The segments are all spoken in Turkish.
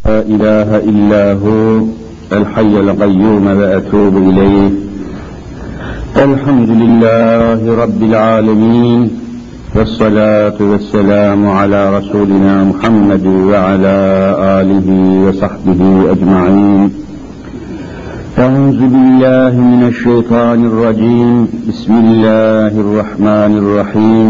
لا إله إلا هو الحي القيوم وأتوب إليه. الحمد لله رب العالمين والصلاة والسلام على رسولنا محمد وعلى آله وصحبه أجمعين. أعوذ بالله من الشيطان الرجيم. بسم الله الرحمن الرحيم.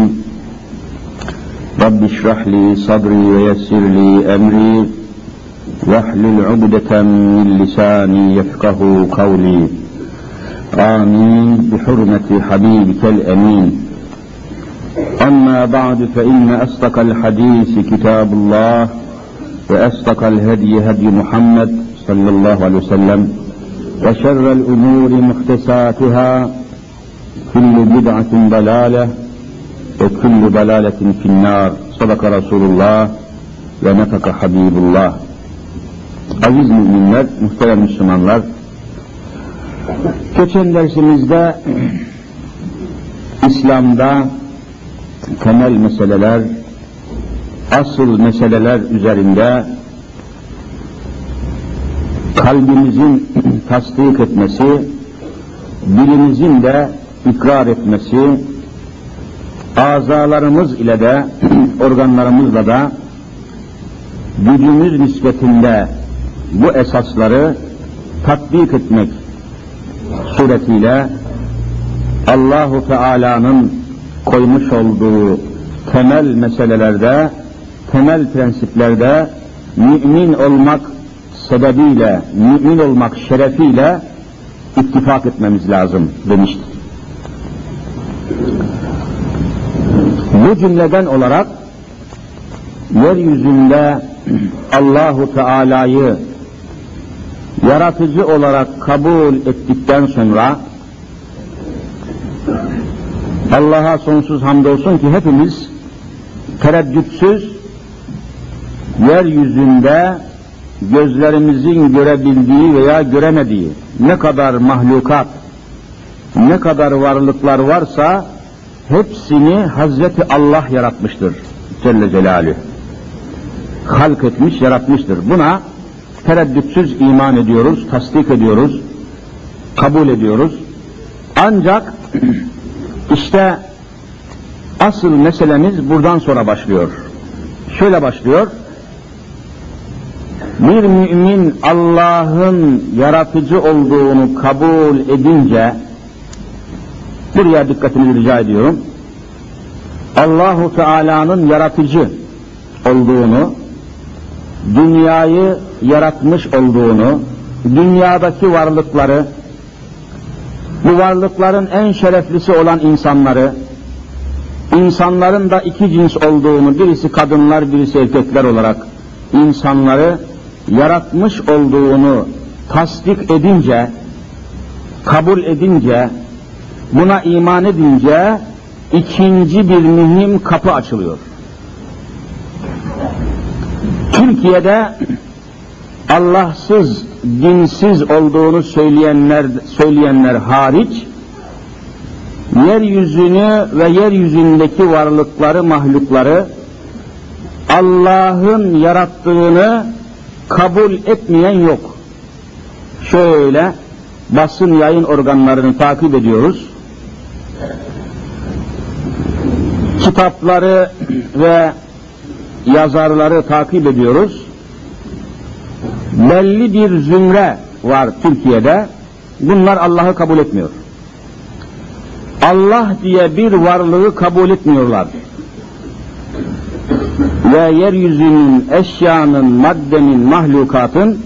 رب اشرح لي صدري ويسر لي أمري واحلل عقدة من لساني يفقه قولي. آمين بحرمة حبيبك الأمين. أما بعد فإن أصدق الحديث كتاب الله وأصدق الهدي هدي محمد صلى الله عليه وسلم وشر الأمور محدثاتها كل بدعة ضلالة وكل ضلالة في النار. صدق رسول الله ونفق حبيب الله. Aziz müminler, muhterem Müslümanlar, geçen dersimizde İslam'da temel meseleler, asıl meseleler üzerinde kalbimizin tasdik etmesi, dilimizin de ikrar etmesi, azalarımız ile de, organlarımızla da gücümüz nispetinde bu esasları tatbik etmek suretiyle Allahu Teala'nın koymuş olduğu temel meselelerde, temel prensiplerde mümin olmak sebebiyle, mümin olmak şerefiyle ittifak etmemiz lazım demiştik. Bu cümleden olarak yeryüzünde Allahu Teala'yı yaratıcı olarak kabul ettikten sonra Allah'a sonsuz hamdolsun ki hepimiz tereddütsüz yeryüzünde gözlerimizin görebildiği veya göremediği ne kadar mahlukat, ne kadar varlıklar varsa hepsini Hazreti Allah yaratmıştır Celle Celaluhu. Halk etmiş, yaratmıştır. Buna tereddütsüz iman ediyoruz, tasdik ediyoruz, kabul ediyoruz. Ancak işte asıl meselemiz buradan sonra başlıyor. Şöyle başlıyor. Bir mümin Allah'ın yaratıcı olduğunu kabul edince, buraya dikkatinizi rica ediyorum. Allahu Teala'nın yaratıcı olduğunu, dünyayı yaratmış olduğunu, dünyadaki varlıkları, bu varlıkların en şereflisi olan insanları, insanların da iki cins olduğunu, birisi kadınlar, birisi erkekler olarak insanları yaratmış olduğunu tasdik edince, kabul edince, buna iman edince ikinci bir mühim kapı açılıyor. Türkiye'de Allahsız, dinsiz olduğunu söyleyenler hariç, yeryüzünü ve yeryüzündeki varlıkları, mahlukları Allah'ın yarattığını kabul etmeyen yok. Şöyle basın yayın organlarını takip ediyoruz. Kitapları ve yazarları takip ediyoruz. Belli bir zümre var Türkiye'de. Bunlar Allah'ı kabul etmiyor. Allah diye bir varlığı kabul etmiyorlar. Ve yeryüzünün, eşyanın, maddenin, mahlukatın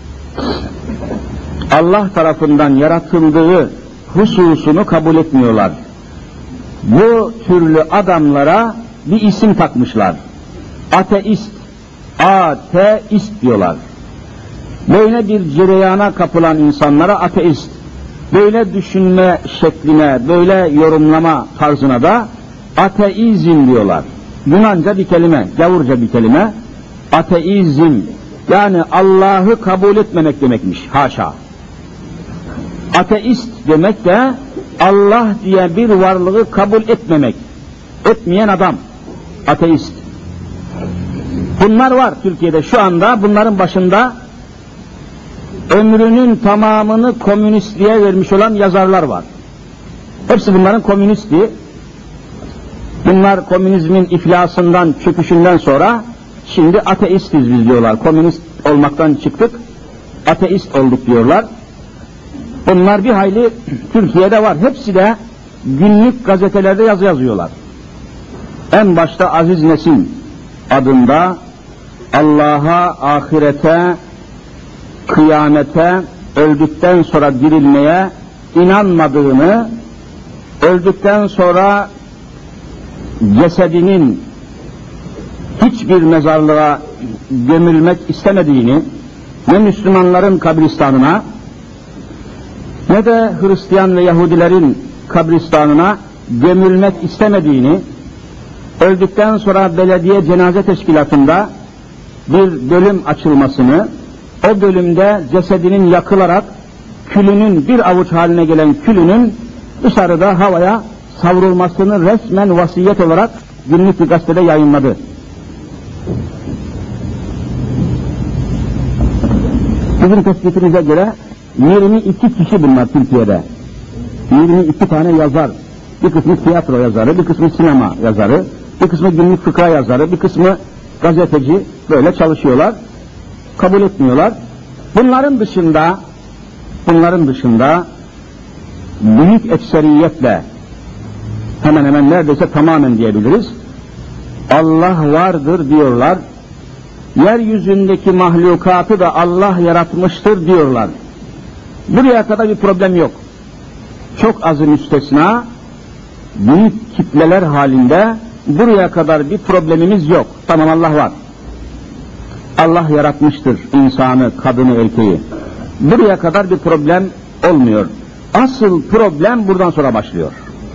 Allah tarafından yaratıldığı hususunu kabul etmiyorlar. Bu türlü adamlara bir isim takmışlar. Ateist, ateist diyorlar. Böyle bir cereyana kapılan insanlara ateist, böyle düşünme şekline, böyle yorumlama tarzına da ateizm diyorlar. Yunanca bir kelime, gavurca bir kelime, ateizm, yani Allah'ı kabul etmemek demekmiş, haşa. Ateist demek de Allah diye bir varlığı kabul etmemek, etmeyen adam, ateist. Bunlar var Türkiye'de şu anda. Bunların başında ömrünün tamamını komünistliğe vermiş olan yazarlar var. Hepsi bunların komünisti. Bunlar komünizmin iflasından, çöküşünden sonra şimdi ateistiz biz diyorlar. Komünist olmaktan çıktık, ateist olduk diyorlar. Bunlar bir hayli Türkiye'de var. Hepsi de günlük gazetelerde yazı yazıyorlar. En başta Aziz Nesin adında Allah'a, ahirete, kıyamete, öldükten sonra dirilmeye inanmadığını, öldükten sonra cesedinin hiçbir mezarlığa gömülmek istemediğini, ne Müslümanların kabristanına ne de Hristiyan ve Yahudilerin kabristanına gömülmek istemediğini, öldükten sonra belediye cenaze teşkilatında bir bölüm açılmasını, o bölümde cesedinin yakılarak külünün, bir avuç haline gelen külünün dışarıda havaya savrulmasını resmen vasiyet olarak günlük bir gazetede yayınladı. Bizim tespitimize göre 22 kişi bunlar Türkiye'de. 22 tane yazar. Bir kısmı tiyatro yazarı, bir kısmı sinema yazarı, bir kısmı günlük fıkra yazarı, bir kısmı gazeteci, böyle çalışıyorlar. Kabul etmiyorlar. Bunların dışında büyük ekseriyetle, hemen hemen neredeyse tamamen diyebiliriz, Allah vardır diyorlar. Yeryüzündeki mahlukatı da Allah yaratmıştır diyorlar. Buraya kadar bir problem yok. Çok azı müstesna, büyük kitleler halinde buraya kadar bir problemimiz yok. Tamam, Allah var. Allah yaratmıştır insanı, kadını, erkeği. Buraya kadar bir problem olmuyor. Asıl problem buradan sonra başlıyor.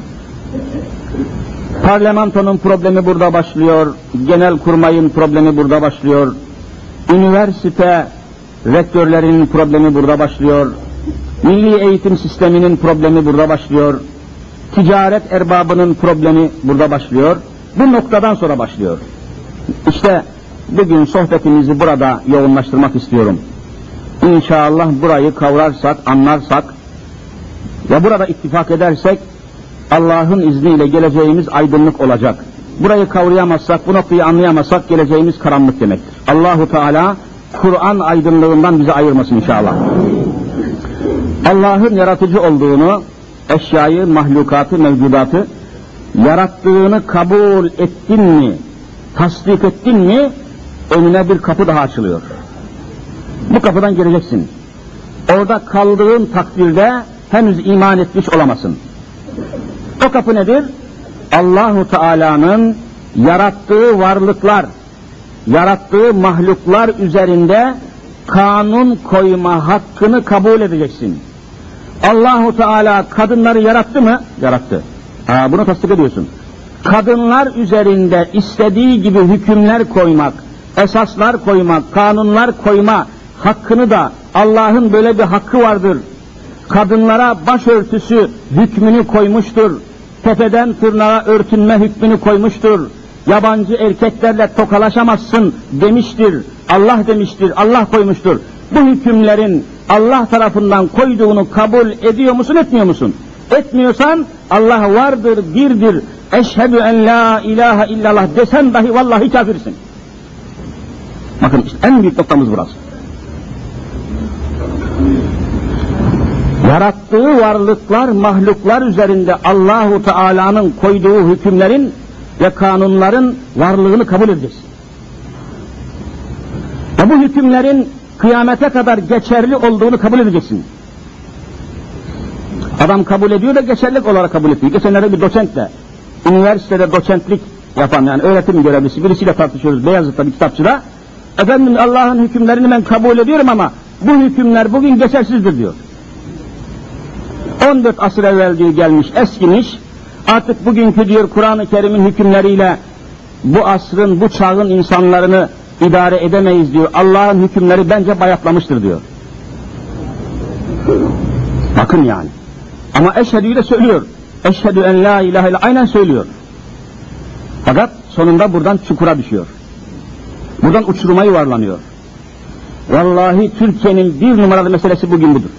Parlamentonun problemi burada başlıyor, genelkurmayın problemi burada başlıyor, üniversite rektörlerinin problemi burada başlıyor, milli eğitim sisteminin problemi burada başlıyor, ticaret erbabının problemi burada başlıyor, bu noktadan sonra başlıyor. İşte bugün sohbetimizi burada yoğunlaştırmak istiyorum. İnşallah burayı kavrarsak, anlarsak ve burada ittifak edersek Allah'ın izniyle geleceğimiz aydınlık olacak. Burayı kavrayamazsak, bu noktayı anlayamazsak geleceğimiz karanlık demektir. Allahu Teala Kur'an aydınlığından bizi ayırmasın inşallah. Allah'ın yaratıcı olduğunu, eşyayı, mahlukatı, mevcudatı yarattığını kabul ettin mi, tasdik ettin mi, önüne bir kapı daha açılıyor. Bu kapıdan gireceksin. Orada kaldığın takdirde henüz iman etmiş olamazsın. O kapı nedir? Allahu Teala'nın yarattığı varlıklar, yarattığı mahluklar üzerinde kanun koyma hakkını kabul edeceksin. Allahu Teala kadınları yarattı mı? Yarattı. Bunu tasdik ediyorsun. Kadınlar üzerinde istediği gibi hükümler koymak, esaslar koymak, kanunlar koyma hakkını da Allah'ın böyle bir hakkı vardır. Kadınlara başörtüsü hükmünü koymuştur. Tepeden tırnağa örtünme hükmünü koymuştur. Yabancı erkeklerle tokalaşamazsın demiştir. Allah demiştir, Allah koymuştur. Bu hükümlerin Allah tarafından koyduğunu kabul ediyor musun, etmiyor musun? Etmiyorsan Allah vardır, birdir. Eşhedü en la ilahe illallah desen dahi vallahi kafirsin. Bakın işte en büyük noktamız burası. Yarattığı varlıklar, mahluklar üzerinde Allahu Teala'nın koyduğu hükümlerin ve kanunların varlığını kabul edeceksin. Ve bu hükümlerin kıyamete kadar geçerli olduğunu kabul edeceksin. Adam kabul ediyor da geçerlilik olarak kabul ediyor. Geçenlerde bir doçentle, üniversitede doçentlik yapan, yani öğretim görevlisi birisiyle tartışıyoruz Beyazıt'ta bir kitapçıda. Efendim, Allah'ın hükümlerini ben kabul ediyorum ama bu hükümler bugün geçersizdir diyor. 14 asır evvel diyor gelmiş, eskimiş, artık bugünkü diyor Kur'an-ı Kerim'in hükümleriyle bu asrın, bu çağın insanlarını idare edemeyiz diyor. Allah'ın hükümleri bence bayatlamıştır diyor. Bakın yani. Ama eşhedü'yü de söylüyor. Eşhedü en la ilahe illallah aynen söylüyor. Fakat sonunda buradan çukura düşüyor. Buradan uçuruma yuvarlanıyor. Vallahi Türkiye'nin bir numaralı meselesi bugün budur.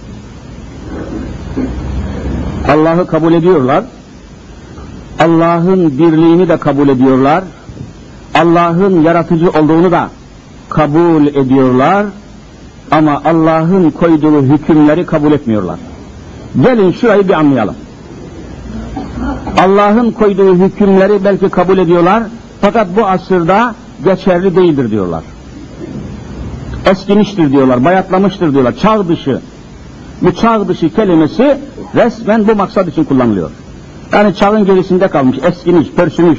Allah'ı kabul ediyorlar. Allah'ın birliğini de kabul ediyorlar. Allah'ın yaratıcı olduğunu da kabul ediyorlar. Ama Allah'ın koyduğu hükümleri kabul etmiyorlar. Gelin şurayı bir anlayalım. Allah'ın koyduğu hükümleri belki kabul ediyorlar, fakat bu asırda geçerli değildir diyorlar. Eskimiştir diyorlar, bayatlamıştır diyorlar, çağ dışı. Bu çağ dışı kelimesi resmen bu maksat için kullanılıyor. Yani çağın gerisinde kalmış, eskimiş, pörsümüş.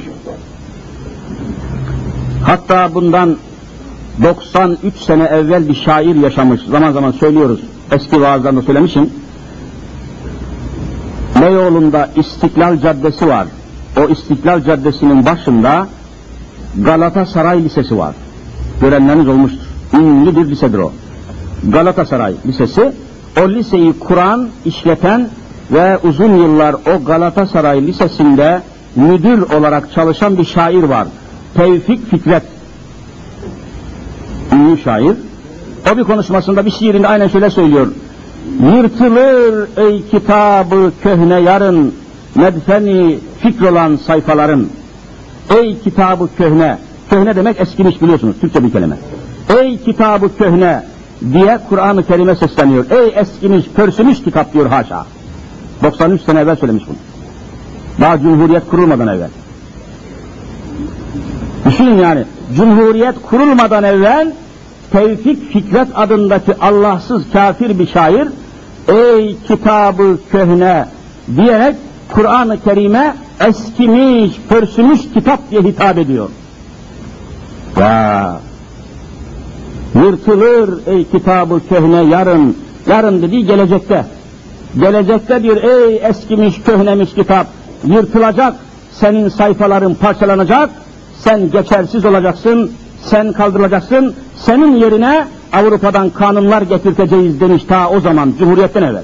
Hatta bundan 93 sene evvel bir şair yaşamış, zaman zaman söylüyoruz, eski vaazlarında söylemişim. Beyoğlu'nda İstiklal Caddesi var. O İstiklal Caddesi'nin başında Galatasaray Lisesi var. Görenleriniz olmuştur. Ünlü bir lisedir o. Galatasaray Lisesi. O liseyi kuran, işleten ve uzun yıllar o Galatasaray Lisesi'nde müdür olarak çalışan bir şair var. Tevfik Fikret. Ünlü şair. O bir konuşmasında, bir şiirinde aynen şöyle söylüyor. Yırtılır ey kitabı köhne yarın, medfeni fikr olan sayfaların. Ey kitabı köhne, köhne demek eskimiş biliyorsunuz, Türkçe bir kelime. Ey kitabı köhne diye Kur'an-ı Kerim'e sesleniyor. Ey eskimiş, pörsümüş kitap diyor haşa. 93 sene evvel söylemiş bunu. Daha Cumhuriyet kurulmadan evvel. Düşünün yani, Cumhuriyet kurulmadan evvel Tevfik Fikret adındaki Allahsız kafir bir şair, ey kitabı köhne diyerek Kur'an-ı Kerim'e eskimiş, pörsümüş kitap diye hitap ediyor. Ya, yırtılır ey kitabı köhne yarın, yarın dediği gelecekte. Gelecekte diyor, ey eskimiş, köhnemiş kitap, yırtılacak, senin sayfaların parçalanacak, sen geçersiz olacaksın, sen kaldırılacaksın, senin yerine Avrupa'dan kanunlar getirteceğiz demiş ta o zaman, Cumhuriyet'ten evvel.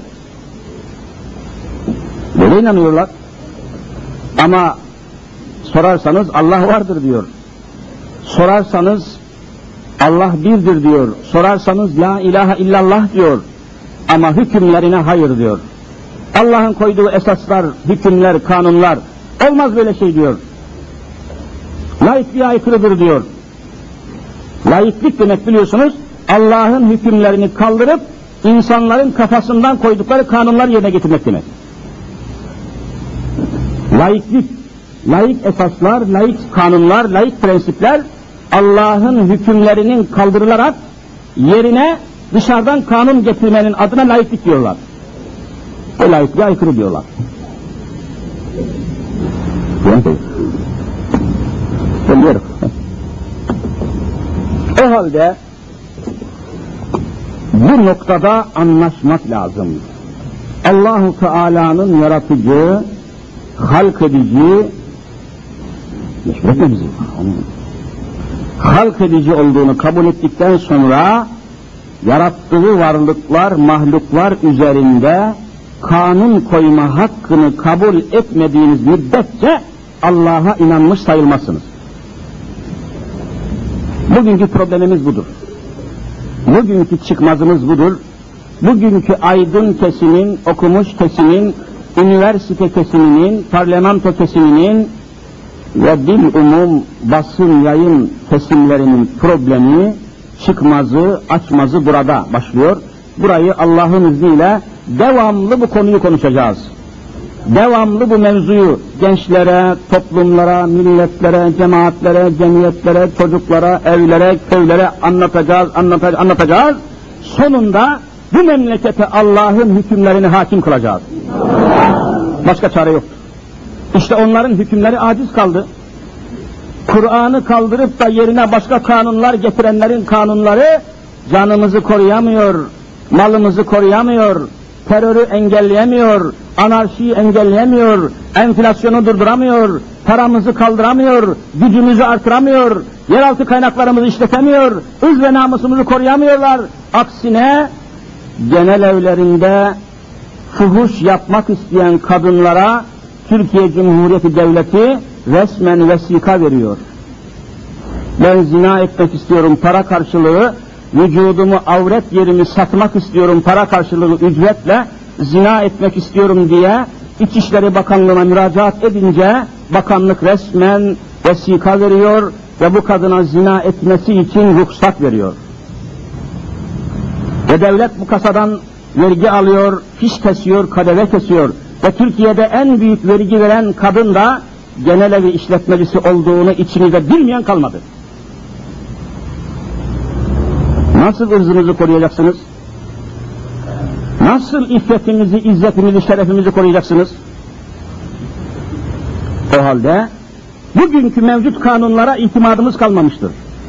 Böyle inanıyorlar. Ama sorarsanız Allah vardır diyor. Sorarsanız Allah birdir diyor. Sorarsanız la ilahe illallah diyor. Ama hükümlerine hayır diyor. Allah'ın koyduğu esaslar, hükümler, kanunlar, olmaz böyle şey diyor. Laikliğe aykırıdır diyor. Laiklik demek biliyorsunuz, Allah'ın hükümlerini kaldırıp insanların kafasından koydukları kanunlar yerine getirmek demek. Laiklik, laik esaslar, laik kanunlar, laik prensipler Allah'ın hükümlerinin kaldırılarak yerine dışarıdan kanun getirmenin adına laiklik diyorlar. O laikliğe aykırı diyorlar. Biliyorum. O halde bu noktada anlaşmak lazım. Allah-u Teala'nın yaratıcı, halk edici, halk edici olduğunu kabul ettikten sonra yarattığı varlıklar, mahluklar üzerinde kanun koyma hakkını kabul etmediğiniz müddetçe Allah'a inanmış sayılmazsınız. Bugünkü problemimiz budur. Bugünkü çıkmazımız budur. Bugünkü aydın kesimin, okumuş kesimin, üniversite kesiminin, parlamento kesiminin ve bilumum basın yayın kesimlerinin problemi, çıkmazı, açmazı burada başlıyor. Burayı Allah'ın izniyle devamlı bu konuyu konuşacağız. Devamlı bu mevzuyu gençlere, toplumlara, milletlere, cemaatlere, cemiyetlere, çocuklara, evlere, köylere anlatacağız. Sonunda bu memlekete Allah'ın hükümlerini hakim kılacağız. Başka çare yok. İşte onların hükümleri aciz kaldı. Kur'an'ı kaldırıp da yerine başka kanunlar getirenlerin kanunları canımızı koruyamıyor, malımızı koruyamıyor, terörü engelleyemiyor, anarşiyi engelleyemiyor, enflasyonu durduramıyor, paramızı kaldıramıyor, gücümüzü artıramıyor, yeraltı kaynaklarımızı işletemiyor, ırz ve namusumuzu koruyamıyorlar. Aksine genel evlerinde fuhuş yapmak isteyen kadınlara Türkiye Cumhuriyeti Devleti resmen vesika veriyor. Ben zina etmek istiyorum para karşılığı, vücudumu, avret yerimi satmak istiyorum para karşılığı ücretle, zina etmek istiyorum diye İçişleri Bakanlığı'na müracaat edince bakanlık resmen vesika veriyor ve bu kadına zina etmesi için ruhsat veriyor. Ve devlet bu kasadan vergi alıyor, fiş kesiyor, kadeve kesiyor. Ve Türkiye'de en büyük vergi veren kadın da genel evi işletmecisi olduğunu içinizde bilmeyen kalmadı. Nasıl ırzınızı koruyacaksınız? Nasıl iffetimizi, izzetimizi, şerefimizi koruyacaksınız? O halde bugünkü mevcut kanunlara itimadımız kalmamıştır.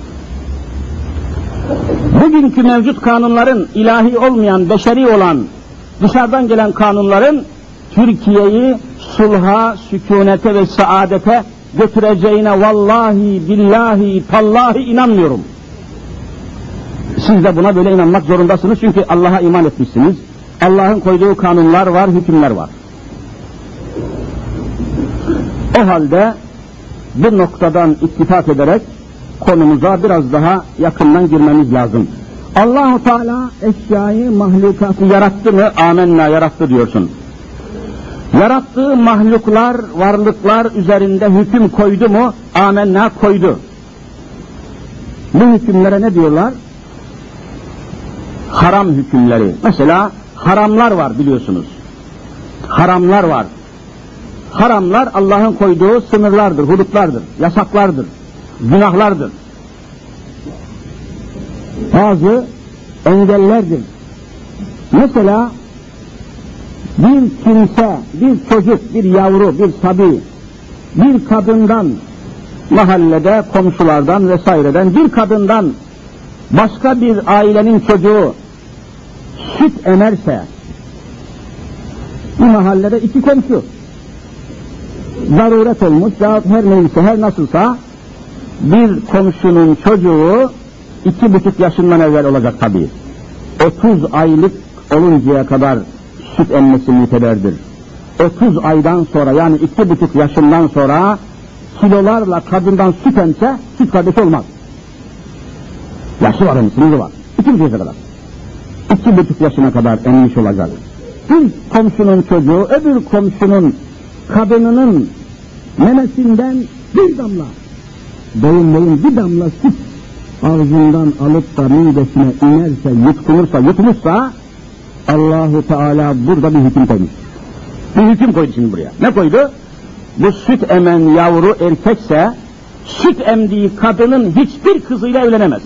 Bugünkü mevcut kanunların ilahi olmayan, beşeri olan, dışarıdan gelen kanunların Türkiye'yi sulha, sükunete ve saadete götüreceğine vallahi, billahi, tallahi inanmıyorum. Siz de buna böyle inanmak zorundasınız çünkü Allah'a iman etmişsiniz. Allah'ın koyduğu kanunlar var, hükümler var. O halde bu noktadan ittifak ederek konumuza biraz daha yakından girmemiz lazım. Allah-u Teala eşyayı, mahlukatı yarattı mı? Amenna, yarattı diyorsun. Yarattığı mahluklar, varlıklar üzerinde hüküm koydu mu? Amenna, koydu. Bu hükümlere ne diyorlar? Haram hükümleri. Mesela haramlar var biliyorsunuz. Haramlar var. Haramlar Allah'ın koyduğu sınırlardır, hudutlardır, yasaklardır, günahlardır. Bazı engellerdir. Mesela bir kimse, bir çocuk, bir yavru, bir sabi, bir kadından, mahallede, komşulardan vesaireden bir kadından başka bir ailenin çocuğu süt emerse, bu mahallede iki komşu, zaruret olmuş ya her neyse, her nasılsa bir komşunun çocuğu 2,5 yaşından evvel olacak tabii. 30 aylık oluncaya kadar süt emmesi müteberdir. 30 aydan sonra yani 2,5 yaşından sonra kilolarla kadından süt emse süt kardeşi olmaz. Yaşı var, sınırı var. 2,5 yaşına kadar. 2,5 yaşına kadar emmiş olacak. Bir komşunun çocuğu öbür komşunun kadınının memesinden bir damla, boyun bir damla süt ağzından alıp da midesine inerse, yutulursa Allah-u Teala burada bir hüküm koymuş. Bir hüküm koydu şimdi buraya. Ne koydu? Bu süt emen yavru erkekse süt emdiği kadının hiçbir kızıyla evlenemez.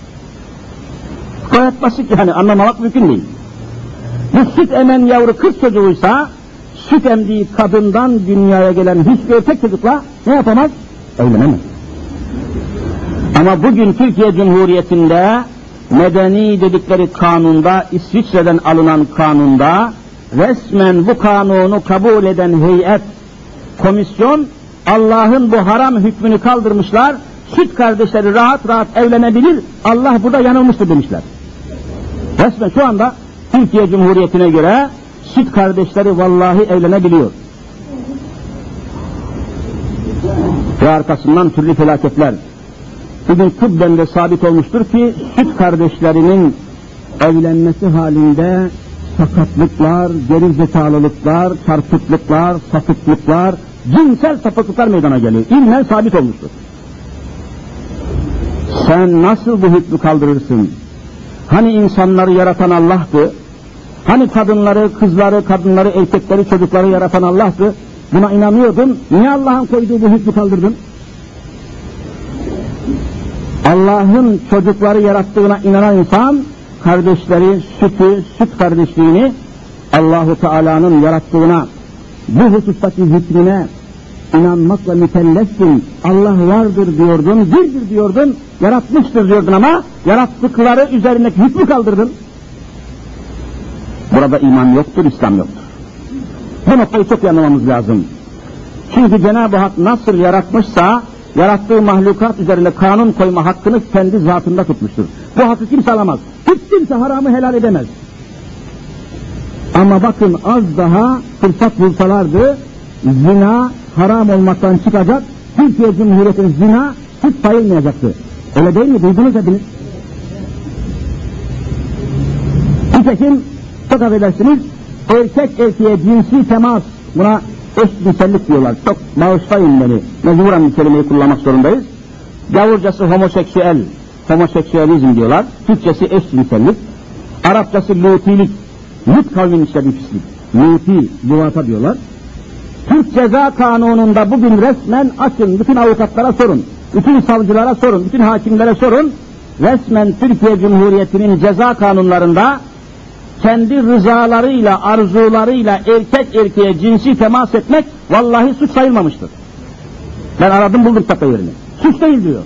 Gayet basit yani, anlamamak mümkün değil. Bu süt emen yavru kız çocuğuysa süt emdiği kadından dünyaya gelen hiçbir erkek çocukla ne yapamaz? Evlenemez. Ama bugün Türkiye Cumhuriyeti'nde medeni dedikleri kanunda, İsviçre'den alınan kanunda resmen bu kanunu kabul eden heyet, komisyon Allah'ın bu haram hükmünü kaldırmışlar, süt kardeşleri rahat rahat evlenebilir, Allah burada yanılmıştır demişler. Resmen şu anda Türkiye Cumhuriyeti'ne göre süt kardeşleri vallahi evlenebiliyor. Ve arkasından türlü felaketler. Bugün tıbben de sabit olmuştur ki süt kardeşlerinin evlenmesi halinde sakatlıklar, gerizekalılıklar, çarpıklıklar, sapıklıklar, cinsel sapıklıklar meydana geliyor. İlmen sabit olmuştur. Sen nasıl bu hükmü kaldırırsın? Hani insanları yaratan Allah'tı? Hani kadınları, kızları, kadınları, erkekleri, çocukları yaratan Allah'tı? Buna inanıyordun. Niye Allah'ın koyduğu bu hükmü kaldırdın? Allah'ın çocukları yarattığına inanan insan, kardeşleri, süt kardeşliğini Allah-u Teala'nın yarattığına, bu husustaki hükmüne inanmakla mükellefsin. Allah vardır diyordun, birdir diyordun, yaratmıştır diyordun ama yarattıkları üzerindeki hükmü kaldırdın. Burada iman yoktur, İslam yoktur. Bu noktayı çok iyi anlamamız lazım. Çünkü Cenab-ı Hak nasıl yaratmışsa, yarattığı mahlukat üzerinde kanun koyma hakkını kendi zatında tutmuştur. Bu hakkı kimse alamaz. Hiç kimse haramı helal edemez. Ama bakın az daha fırsat bulsalardı, zina haram olmaktan çıkacak, Türkiye Cumhuriyeti'nin zina hiç sayılmayacaktı. Öyle değil mi? Duydunuz hepiniz. Nitekim çok affedersiniz, erkek erkeğe cinsi temas, buna eşcinsellik diyorlar. Çok bağışlayın beni, mecburen bir kelimeyi kullanmak zorundayız. Gavurcası homoseksüel, homoseksüelizm diyorlar. Türkçesi eşcinsellik. Arapçası lutilik, lut kavminin işlediği pislik. Luti, luvata diyorlar. Türk Ceza Kanunu'nda bugün resmen açın, bütün avukatlara sorun, bütün savcılara sorun, bütün hakimlere sorun. Resmen Türkiye Cumhuriyeti'nin ceza kanunlarında kendi rızalarıyla, arzularıyla erkek erkeğe cinsi temas etmek vallahi suç sayılmamıştır. Ben aradım buldum kitapta yerini. Suç değil diyor.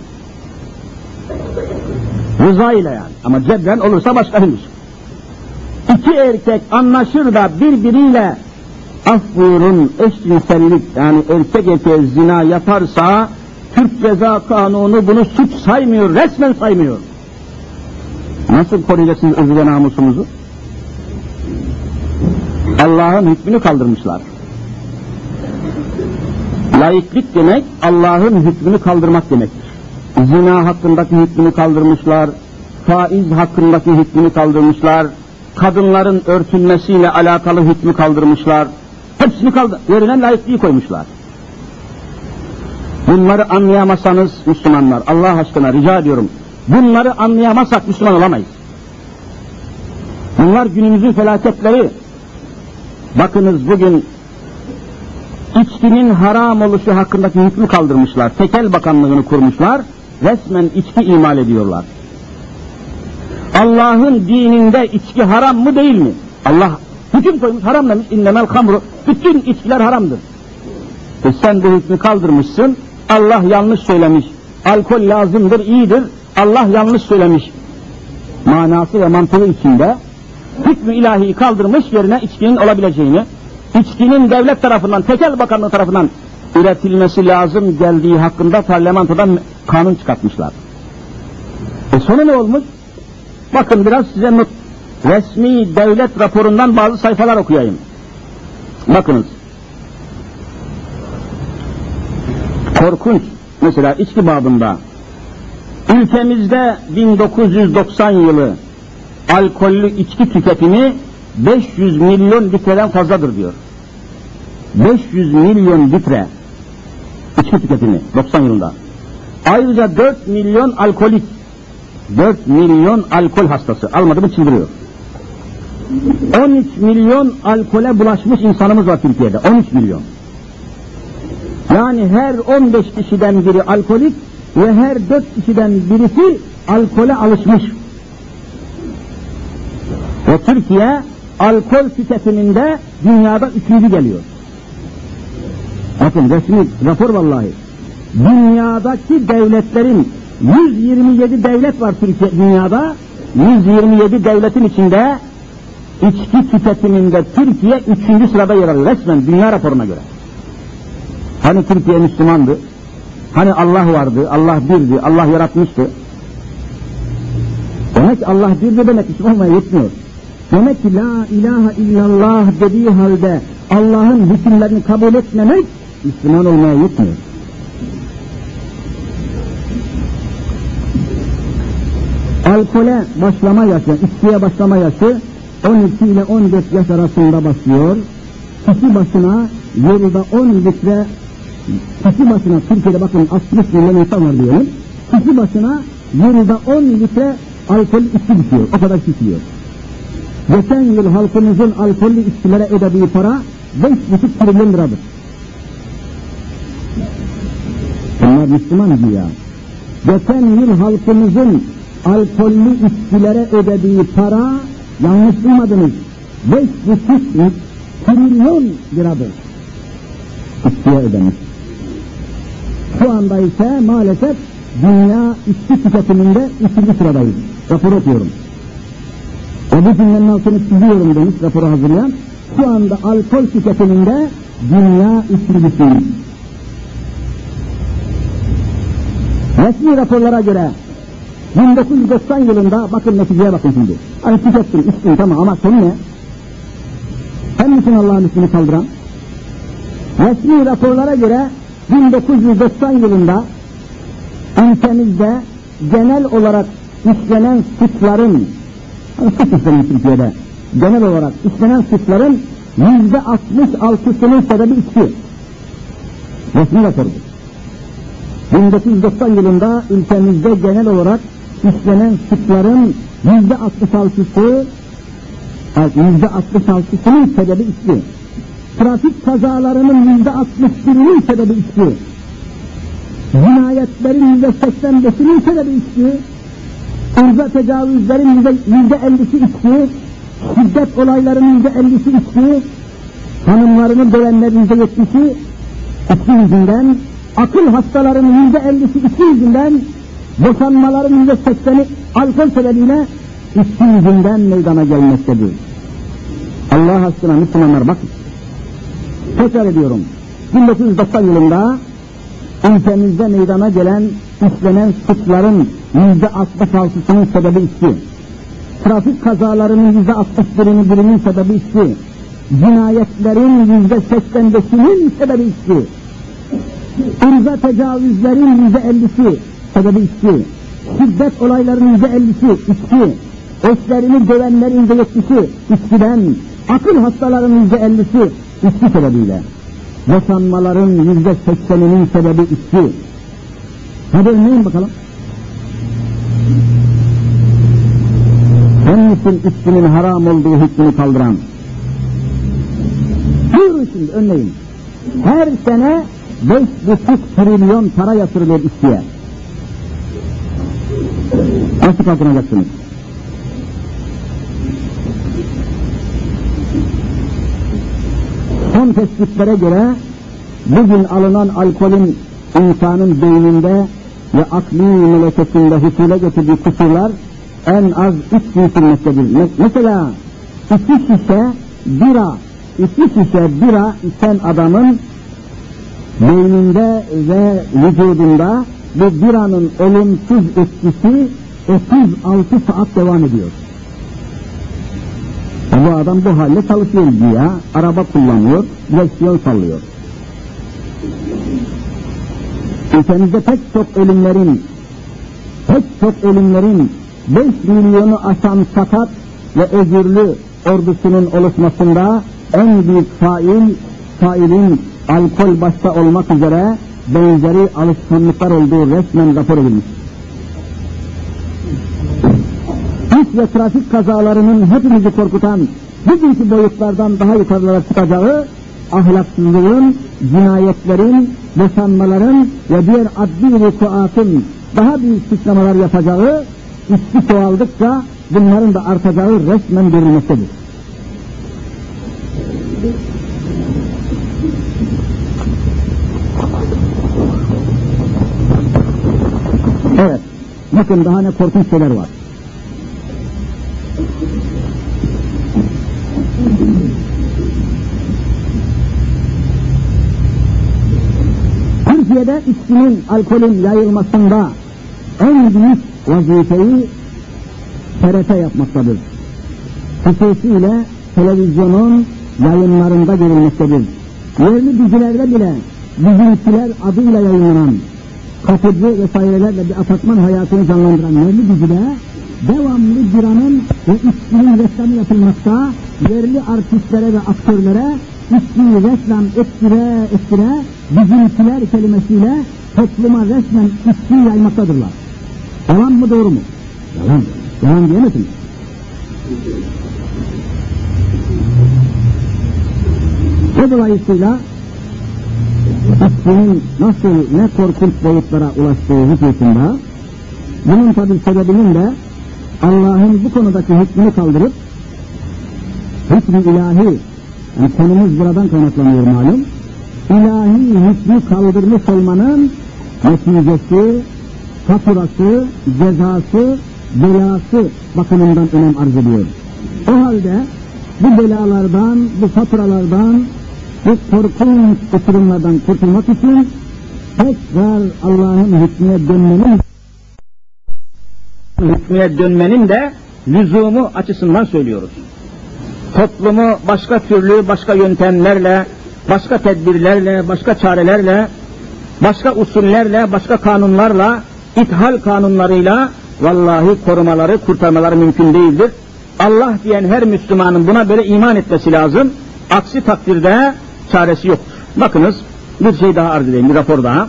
Rıza ile yani. Ama cebren olursa başkaymış. İki erkek anlaşır da birbiriyle af buyurun eşcinsellik, yani erkek erkeğe zina yaparsa Türk Ceza Kanunu bunu suç saymıyor, resmen saymıyor. Nasıl koruyacaksınız özü ve namusumuzu? Allah'ın hükmünü kaldırmışlar. Laiklik demek Allah'ın hükmünü kaldırmak demektir. Zina hakkındaki hükmünü kaldırmışlar, faiz hakkındaki hükmünü kaldırmışlar, kadınların örtünmesiyle alakalı hükmü kaldırmışlar. Hepsini yerine laikliği koymuşlar. Bunları anlayamazsanız Müslümanlar, Allah aşkına rica ediyorum, bunları anlayamazsak Müslüman olamayız. Bunlar günümüzün felaketleri. Bakınız bugün içkinin haram oluşu hakkındaki hükmü kaldırmışlar. Tekel bakanlığını kurmuşlar. Resmen içki imal ediyorlar. Allah'ın dininde içki haram mı değil mi? Allah hüküm koymuş, haram demiş. İnnemel hamru. Bütün içkiler haramdır. Sen bu hükmü kaldırmışsın. Allah yanlış söylemiş. Alkol lazımdır, iyidir. Allah yanlış söylemiş. Manası ve mantığı içinde hükmü ilahiyi kaldırmış, yerine içkinin olabileceğini, içkinin devlet tarafından, Tekel Bakanlığı tarafından üretilmesi lazım geldiği hakkında parlamentodan kanun çıkartmışlar. Sonu ne olmuş? Bakın biraz size resmi devlet raporundan bazı sayfalar okuyayım. Bakınız. Korkunç. Mesela içki babında. Ülkemizde 1990 yılı alkollü içki tüketimi 500 milyon litreden fazladır diyor. 500 milyon litre içki tüketimi 90 yılında. Ayrıca 4 milyon alkolik, 4 milyon alkol hastası, almadı mı çıldırıyor. 13 milyon alkole bulaşmış insanımız var Türkiye'de, 13 milyon. Yani her 15 kişiden biri alkolik ve her 4 kişiden birisi alkole alışmış. Ve Türkiye alkol tüketiminde dünyada 3. geliyor. Bakın resmi rapor vallahi. Dünyadaki devletlerin 127 devlet var Türkiye dünyada. 127 devletin içinde içki tüketiminde Türkiye 3. sırada yer alıyor. Resmen dünya raporuna göre. Hani Türkiye Müslümandı? Hani Allah vardı, Allah birdi, Allah yaratmıştı. Demek ki Allah birdi demek Müslüman olmaya yetmiyor. Demek ki la ilahe illallah dediği halde Allah'ın hükümlerini kabul etmemek Müslüman olmaya yetmiyor. Alkole başlama yaşı, içkiye başlama yaşı 12 ile 14 yaş arasında başlıyor. Kişi başına yılda 10 litre, kişi başına Türkiye'de bakın 60 milyon insan var diyelim. Kişi başına yılda 10 litre alkol içki düşüyor. O kadar içiliyor. Geçen yıl halkımızın alkollü içkilere ödediği para 5,5 trilyon liradır. Bunlar Müslüman güya. Geçen yıl halkımızın alkollü içkilere ödediği para, yanlış duymadınız, 5,5 trilyon liradır. İçkiye ödemiş. Şu anda ise maalesef dünya içki tüketiminde 3. sıradayız. Raporu okuyorum. O bu cümlenin altını çiziyorum demiş raporu hazırlayan. Şu anda alkol tüketiminde dünya 3.'sünüz. Resmi raporlara göre 1990 yılında, bakın neticeye bakın şimdi. Hani tükettin, içtin tamam ama sonu ne? Sen misin Allah'ın ismini kaldıran? Resmi raporlara göre 1990 yılında ülkemizde genel olarak işlenen suçların, suç işlenen Türkiye'de, genel olarak işlenen suçların %66'sının sebebi içki. Resmi raporudur. 1990 yılında ülkemizde genel olarak işlenen suçların %66'sının sebebi içki. Trafik kazalarının %61'inin sebebi içki. Cinayetlerin %85'inin sebebi içki. Irza tecavüzlerin %50'si içki. Şiddet olaylarının %50'si içki. Hanımlarını dövenlerin %70'i içki yüzünden. Akıl hastalarının %50'si içki yüzünden. Boşanmaların %80'i alkol sebebiyle içki yüzünden meydana gelmektedir. Allah aşkına Müslümanlar bakın. Tekrar ediyorum. 1990 yılında ülkemizde meydana gelen, işlenen suçların %66'sının sebebi içki. Trafik kazalarının %61'inin sebebi içki. Cinayetlerin %85'inin sebebi içki. Irza tecavüzlerin %50'si sebebi içki. Şiddet olaylarının %50'si içki. Eşlerini dövenlerin %70'i içkiden. Akıl hastalarının %50'si içki sebebiyle. Boşanmaların %80'inin sebebi içki. Hadi örneğin bakalım. Sen misin içkinin haram olduğu hükmünü kaldıran? Buyurun şimdi örneğin. Her sene 5,5 trilyon para yatırılıyor içkiye. Nasıl kaldıracaksınız? Son tespitlere göre bugün alınan alkolün insanın beyninde ve akli melekesinde husule getirdiği kusurlar en az 3 büyütülmektedir. Mesela 2 şişe bira içen adamın beyninde ve vücudunda bu biranın olumsuz etkisi 36 saat devam ediyor. Bu adam bu halde çalışıyor diye, araba kullanıyor, direksiyon sallıyor. Ülkemizde pek çok ölümlerin 5 milyonu aşan sakat ve özürlü ordusunun oluşmasında en büyük failin alkol başta olmak üzere benzeri alışkanlıklar olduğu resmen rapor edilmiş. İş ve trafik kazalarının hepimizi korkutan bugünkü boyutlardan daha yukarılara çıkacağı, ahlaksızlığın, cinayetlerin, boşanmaların ve diğer adli vukuatın daha büyük suçlamalar yapacağı, içki çoğaldıkça bunların da artacağı resmen görülmektedir. Evet, bakın daha ne korkunç şeyler var. Türkiye'de içkinin, alkolün yayılmasında en büyük vazifeyi TRT yapmaktadır. Hususiyle televizyonun yayınlarında görülmektedir. Yerli dizilerde bile bizimkiler adıyla yayınlanan, kapıcı vesairelerle bir apartman hayatını canlandıran yerli dizide devamlı biranın ve içkinin reklamı yapılmakta, yerli artistlere ve aktörlere içkiyi reklam ettire bizimkiler kelimesiyle topluma resmen içkiyi yaymaktadırlar. Yalan mı doğru mu? Yalan. Yalan diyemezsiniz. Ve dolayısıyla içkinin nasıl ne korkunç boyutlara ulaştığı hususunda bunun tabi sebebinin de Allah'ın bu konudaki hükmünü kaldırıp hükmü ilahi, yani konumuz buradan kaynaklanıyor malum, ilahi hükmü kaldırmış olmanın neticesi, faturası, cezası, belası bakımından önem arz ediyor. O halde bu belalardan, bu faturalardan, bu korkunç uçurumlardan kurtulmak için tekrar Allah'ın hükmüne dönmenin de lüzumu açısından söylüyoruz. Toplumu başka türlü, başka yöntemlerle, başka tedbirlerle, başka çarelerle, başka usullerle, başka kanunlarla ithal kanunlarıyla vallahi korumaları, kurtarmaları mümkün değildir. Allah diyen her Müslümanın buna böyle iman etmesi lazım. Aksi takdirde çaresi yoktur. Bakınız bir şey daha arz edeyim, bir rapor daha.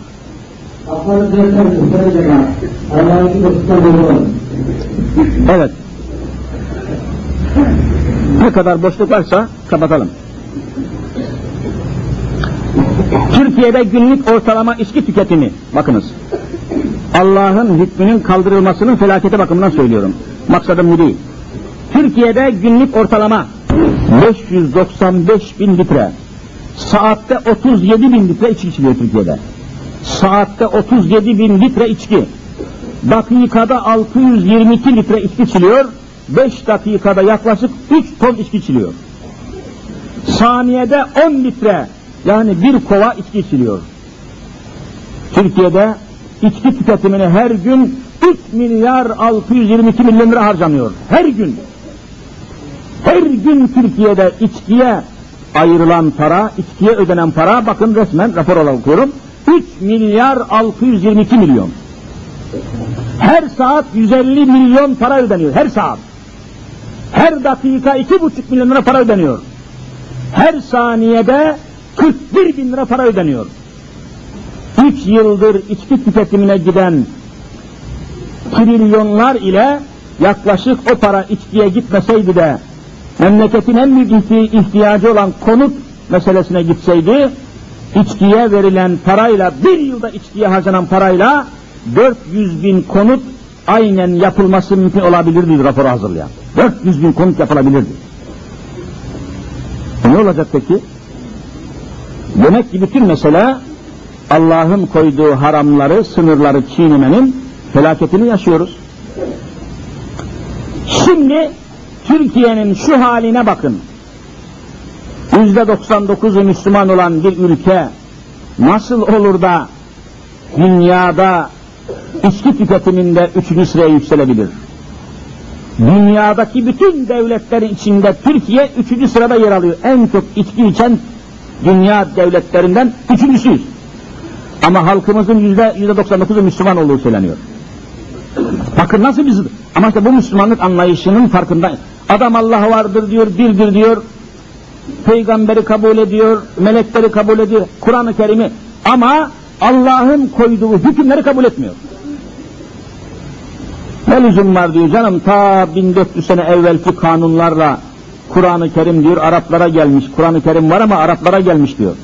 Evet. Ne kadar boşluk varsa kapatalım. Türkiye'de günlük ortalama içki tüketimi, bakınız, Allah'ın hükmünün kaldırılmasının felaketi bakımından söylüyorum. Maksadım bu değil. Türkiye'de günlük ortalama 595 bin litre, saatte 37 bin litre içki içiliyor Türkiye'de. Saatte 37 bin litre içki, dakikada 622 litre içki içiliyor, 5 dakikada yaklaşık 3 ton içki içiliyor. Saniyede 10 litre, yani bir kova içki içiliyor. Türkiye'de içki tüketimine her gün 3 milyar 622 milyon lira harcanıyor. Her gün. Her gün Türkiye'de içkiye ayrılan para, içkiye ödenen para, bakın resmen rapor olarak okuyorum, 3 milyar 622 milyon. Her saat 150 milyon para ödeniyor, her saat. Her dakika 2,5 milyon lira para ödeniyor. Her saniyede 41 bin lira para ödeniyor. 3 yıldır içki tüketimine giden trilyonlar ile yaklaşık o para içkiye gitmeseydi de memleketin en büyük ihtiyacı olan konut meselesine gitseydi, içkiye verilen parayla, bir yılda içkiye harcanan parayla 400 bin konut aynen yapılması mümkün olabilirdi raporu hazırlayan. 400 bin konut yapılabilirdi. Ne olacak peki? Demek ki bütün mesele Allah'ın koyduğu haramları, sınırları çiğnemenin felaketini yaşıyoruz. Şimdi Türkiye'nin şu haline bakın. %99'u Müslüman olan bir ülke nasıl olur da dünyada içki tüketiminde 3. sıraya yükselebilir? Dünyadaki bütün devletlerin içinde Türkiye 3. sırada yer alıyor. En çok içki içen dünya devletlerinden 3.'süyüz. Ama halkımızın %99'u Müslüman olduğu söyleniyor. Bakın nasıl biz, ama işte bu Müslümanlık anlayışının farkındayız. Adam Allah vardır diyor, birdir diyor, peygamberi kabul ediyor, melekleri kabul ediyor, Kur'an-ı Kerim'i, ama Allah'ın koyduğu hükümleri kabul etmiyor. Ne lüzum var diyor canım, ta 1400 sene evvelki kanunlarla Kur'an-ı Kerim diyor Araplara gelmiş, Kur'an-ı Kerim var ama Araplara gelmiş diyor.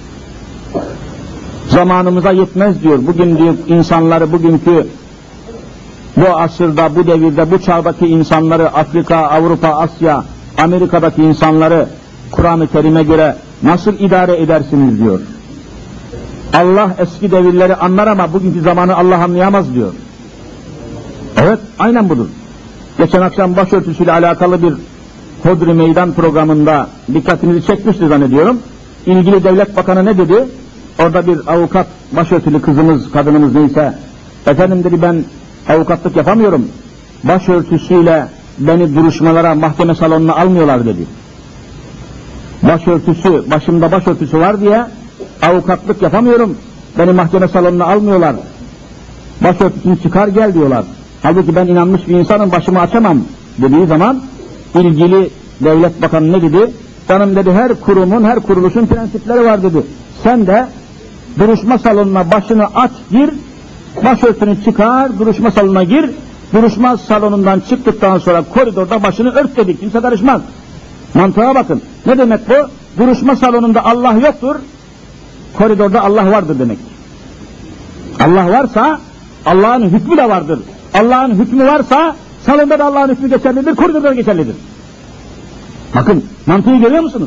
Zamanımıza yetmez diyor, bugün diyor insanları, bugünkü bu asırda, bu devirde, bu çağdaki insanları, Afrika, Avrupa, Asya, Amerika'daki insanları Kur'an-ı Kerim'e göre nasıl idare edersiniz diyor. Allah eski devirleri anlar ama bugünkü zamanı Allah anlayamaz diyor. Evet, aynen budur. Geçen akşam başörtüsüyle alakalı bir Hodri Meydan programında dikkatinizi çekmişti zannediyorum. İlgili devlet bakanı ne dedi? Orada bir avukat, başörtülü kızımız, kadınımız neyse, efendim dedi, ben avukatlık yapamıyorum, başörtüsüyle beni duruşmalara, mahkeme salonuna almıyorlar dedi. Başörtüsü, başımda başörtüsü var diye avukatlık yapamıyorum, beni mahkeme salonuna almıyorlar, başörtüsünü çıkar gel diyorlar. Halbuki ben inanmış bir insanım, başımı açamam dediği zaman ilgili devlet bakanı ne dedi? Canım dedi, her kurumun, her kuruluşun prensipleri var dedi. Sen de duruşma salonuna başını aç gir, başörtünü çıkar, duruşma salonuna gir, duruşma salonundan çıktıktan sonra koridorda başını ört dedik, kimse karışmaz. Mantığa bakın. Ne demek bu? Duruşma salonunda Allah yoktur, koridorda Allah vardır demek. Allah varsa Allah'ın hükmü de vardır. Allah'ın hükmü varsa salonda da Allah'ın hükmü geçerlidir, koridorda da geçerlidir. Bakın, mantığı görüyor musunuz?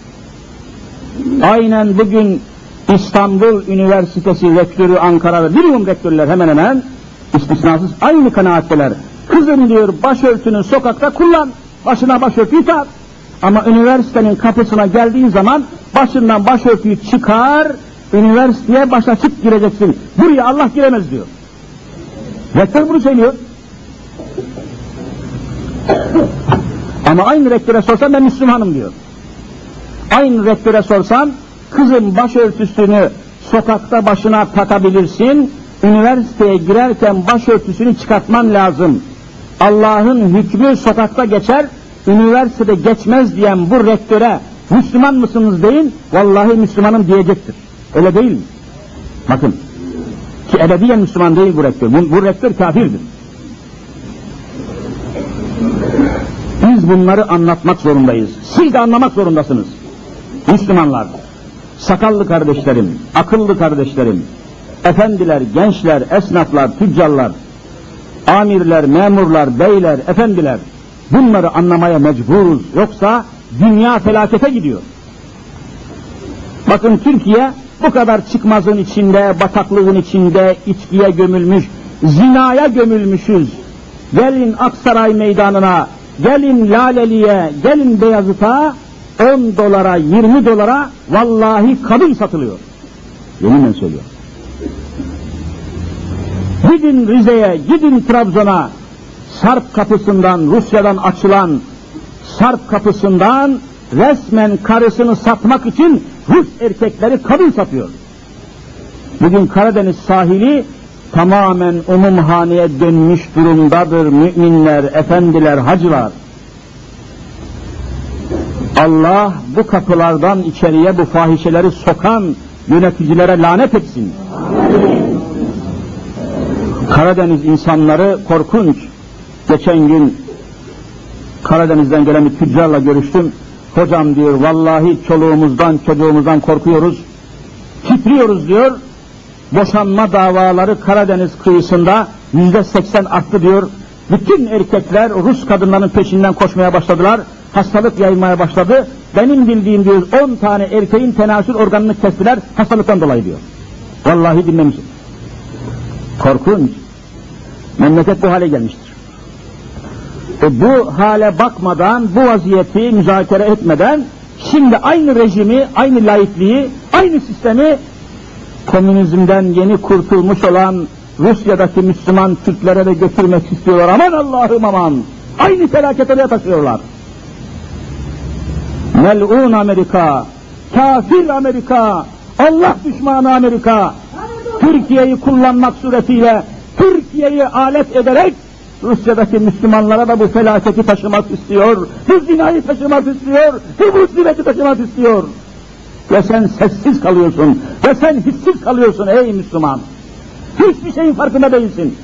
Aynen bugün İstanbul Üniversitesi rektörü, Ankara'da minimum rektörler hemen hemen istisnasız aynı kanaatteler. Kızım diyor, başörtünü sokakta kullan, başına başörtüyü tak. Ama üniversitenin kapısına geldiğin zaman başından başörtüyü çıkar, üniversiteye baş açık gireceksin. Buraya Allah giremez diyor. Rektör bunu söylüyor. Ama aynı rektöre sorsan ben Müslümanım diyor. Aynı rektöre sorsan, kızım başörtüsünü sokakta başına takabilirsin üniversiteye girerken başörtüsünü çıkartman lazım. Allah'ın hükmü sokakta geçer, üniversitede geçmez diyen bu rektöre Müslüman mısınız deyin, vallahi Müslümanım diyecektir. Öyle değil mi? Bakın, ki ebediyen Müslüman değil bu rektör. Bu rektör kafirdir. Biz bunları anlatmak zorundayız. Siz de anlamak zorundasınız. Müslümanlar, sakallı kardeşlerim, akıllı kardeşlerim, efendiler, gençler, esnaflar, tüccarlar, amirler, memurlar, beyler, efendiler, bunları anlamaya mecburuz. Yoksa dünya felakete gidiyor. Bakın Türkiye bu kadar çıkmazın içinde, bataklığın içinde, içkiye gömülmüş, zinaya gömülmüşüz. Gelin Aksaray meydanına, gelin Laleli'ye, gelin Beyazıt'a, 10 dolara, 20 dolara vallahi kadın satılıyor. Yeminle söylüyorum. Gidin Rize'ye, gidin Trabzon'a, Sarp kapısından, Rusya'dan açılan Sarp kapısından resmen karısını satmak için Rus erkekleri kadın satıyor. Bugün Karadeniz sahili tamamen umumhaneye dönmüş durumdadır müminler, efendiler, hacılar. Allah bu kapılardan içeriye bu fahişeleri sokan yöneticilere lanet etsin. Karadeniz insanları korkunç. Geçen gün Karadeniz'den gelen bir tüccarla görüştüm. Hocam diyor, vallahi çoluğumuzdan, çocuğumuzdan korkuyoruz. Titriyoruz diyor. Boşanma davaları Karadeniz kıyısında %80 arttı diyor. Bütün erkekler Rus kadınların peşinden koşmaya başladılar. Hastalık yayılmaya başladı. Benim bildiğim diyor 10 tane erkeğin tenasül organını kestiler hastalıktan dolayı diyor. Vallahi dinlemişim. Korkunç. Memleket bu hale gelmiştir. Bu hale bakmadan, bu vaziyeti müzakere etmeden, şimdi aynı rejimi, aynı laikliği, aynı sistemi komünizmden yeni kurtulmuş olan Rusya'daki Müslüman Türklere de götürmek istiyorlar. Aman Allah'ım aman! Aynı felakete de taşıyorlar. Mel'un Amerika, kafir Amerika, Allah düşmanı Amerika, Türkiye'yi kullanmak suretiyle, Türkiye'yi alet ederek Rusya'daki Müslümanlara da bu felaketi taşımak istiyor, bu zinayı taşımak istiyor, bu musibeti taşımak istiyor. Ve sen sessiz kalıyorsun, ve sen hissiz kalıyorsun ey Müslüman. Hiçbir şeyin farkında değilsin.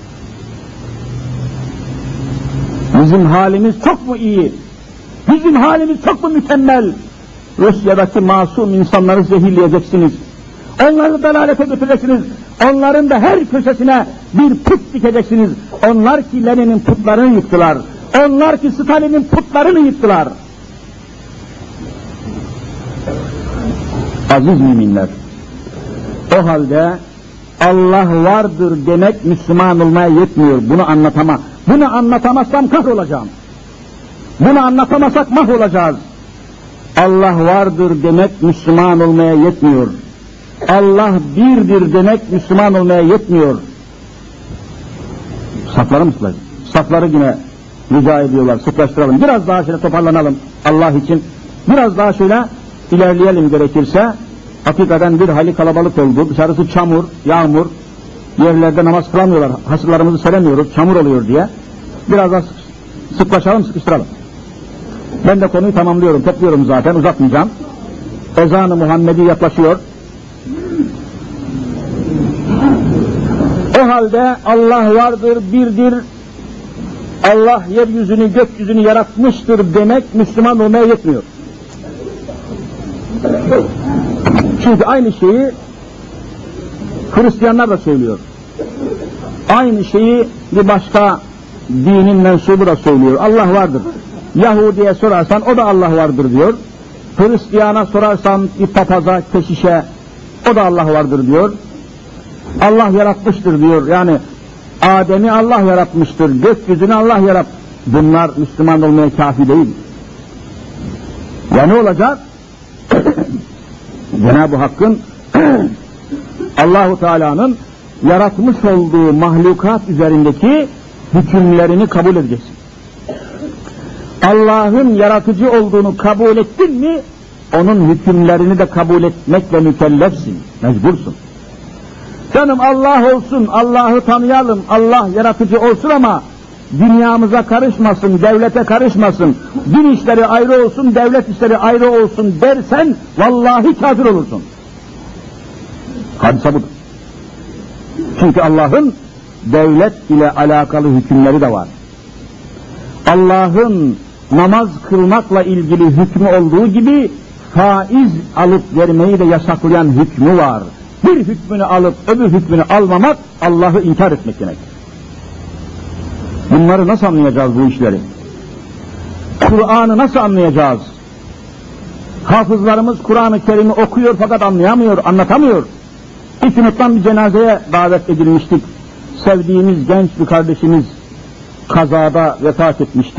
Bizim halimiz çok mu iyi? Bizim halimiz çok mu mükemmel? Rusya'daki masum insanları zehirleyeceksiniz. Onları dalalete götüreceksiniz. Onların da her köşesine bir put dikeceksiniz. Onlar ki Lenin'in putlarını yıktılar. Onlar ki Stalin'in putlarını yıktılar. Aziz müminler, o halde Allah vardır demek Müslüman olmaya yetmiyor. Bunu anlatamazsam kahrolacağım. Bunu anlatamazsak mahvolacağız. Allah vardır demek Müslüman olmaya yetmiyor. Allah birdir demek Müslüman olmaya yetmiyor. Safları mı sıklaştıralım? Safları yine rica ediyorlar, sıklaştıralım. Biraz daha şöyle toparlanalım Allah için. Biraz daha şöyle ilerleyelim gerekirse. Hakikaten bir hayli kalabalık oldu. Dışarısı çamur, yağmur. Yerlerde namaz kılamıyorlar. Hasırlarımızı seremiyoruz, çamur oluyor diye. Biraz daha sıklaşalım, sıkıştıralım. Ben de konuyu tamamlıyorum, topluyorum zaten, uzatmayacağım. Ezan-ı Muhammedi yaklaşıyor. O halde Allah vardır, birdir, Allah yeryüzünü, gökyüzünü yaratmıştır demek Müslüman olmaya yetmiyor. Çünkü aynı şeyi Hristiyanlar da söylüyor. Aynı şeyi bir başka dinin mensubu da söylüyor. Allah vardır. Yahudi'ye sorarsan o da Allah vardır diyor. Hristiyana sorarsan bir papaza, keşişe o da Allah vardır diyor. Allah yaratmıştır diyor. Yani Adem'i Allah yaratmıştır. Gökyüzünü Allah yarat. Bunlar Müslüman olmaya kafi değil. Ya ne olacak? Cenab-ı Hakk'ın Allahu Teala'nın yaratmış olduğu mahlukat üzerindeki hükümlerini kabul edeceksin. Allah'ın yaratıcı olduğunu kabul ettin mi, onun hükümlerini de kabul etmekle mükellefsin, mecbursun. Canım Allah olsun, Allah'ı tanıyalım, Allah yaratıcı olsun ama dünyamıza karışmasın, devlete karışmasın, din işleri ayrı olsun, devlet işleri ayrı olsun dersen vallahi kafir olursun. Hadise budur. Çünkü Allah'ın devlet ile alakalı hükümleri de var. Allah'ın namaz kılmakla ilgili hükmü olduğu gibi faiz alıp vermeyi de yasaklayan hükmü var. Bir hükmünü alıp öbür hükmünü almamak Allah'ı inkar etmek demek. Bunları nasıl anlayacağız bu işleri? Kur'an'ı nasıl anlayacağız? Hafızlarımız Kur'an-ı Kerim'i okuyor fakat anlayamıyor, anlatamıyor. İstinat'tan bir cenazeye davet edilmiştik. Sevdiğimiz genç bir kardeşimiz kazada vefat etmişti.